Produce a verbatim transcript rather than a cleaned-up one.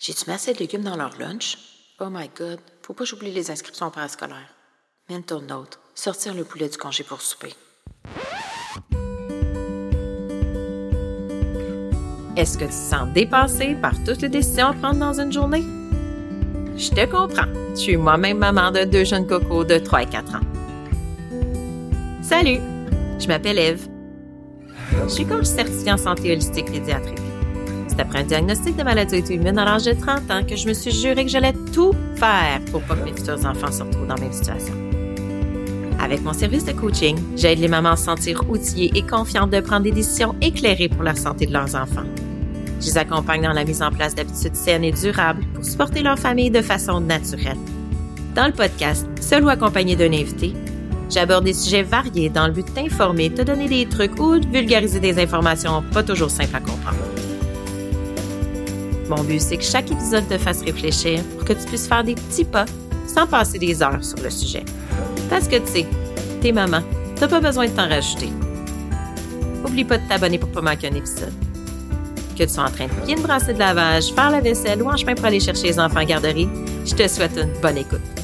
J'ai-tu mis assez de légumes dans leur lunch? Oh my God, faut pas que j'oublie les inscriptions parascolaires. Mental note, sortir le poulet du congé pour souper. Est-ce que tu te sens dépassé par toutes les décisions à prendre dans une journée? Je te comprends. Je suis moi-même maman de deux jeunes cocos de trois et quatre ans. Salut! Je m'appelle Eve. Je suis coach certifiée en santé holistique pédiatrique. C'est après un diagnostic de maladie auto-immune à l'âge de trente ans que je me suis juré que j'allais tout faire pour pas que mes futurs enfants se retrouvent dans la même situation. Avec mon service de coaching, j'aide les mamans à se sentir outillées et confiantes de prendre des décisions éclairées pour la santé de leurs enfants. Je les accompagne dans la mise en place d'habitudes saines et durables pour supporter leur famille de façon naturelle. Dans le podcast, seul ou accompagné d'un invité, j'aborde des sujets variés dans le but de t'informer, de te donner des trucs ou de vulgariser des informations pas toujours simples à comprendre. Mon but, c'est que chaque épisode te fasse réfléchir pour que tu puisses faire des petits pas sans passer des heures sur le sujet. Parce que tu sais, t'es maman, t'as pas besoin de t'en rajouter. Oublie pas de t'abonner pour pas manquer un épisode. Que tu sois en train de plier une brassée de lavage, faire la vaisselle ou en chemin pour aller chercher les enfants en garderie, je te souhaite une bonne écoute.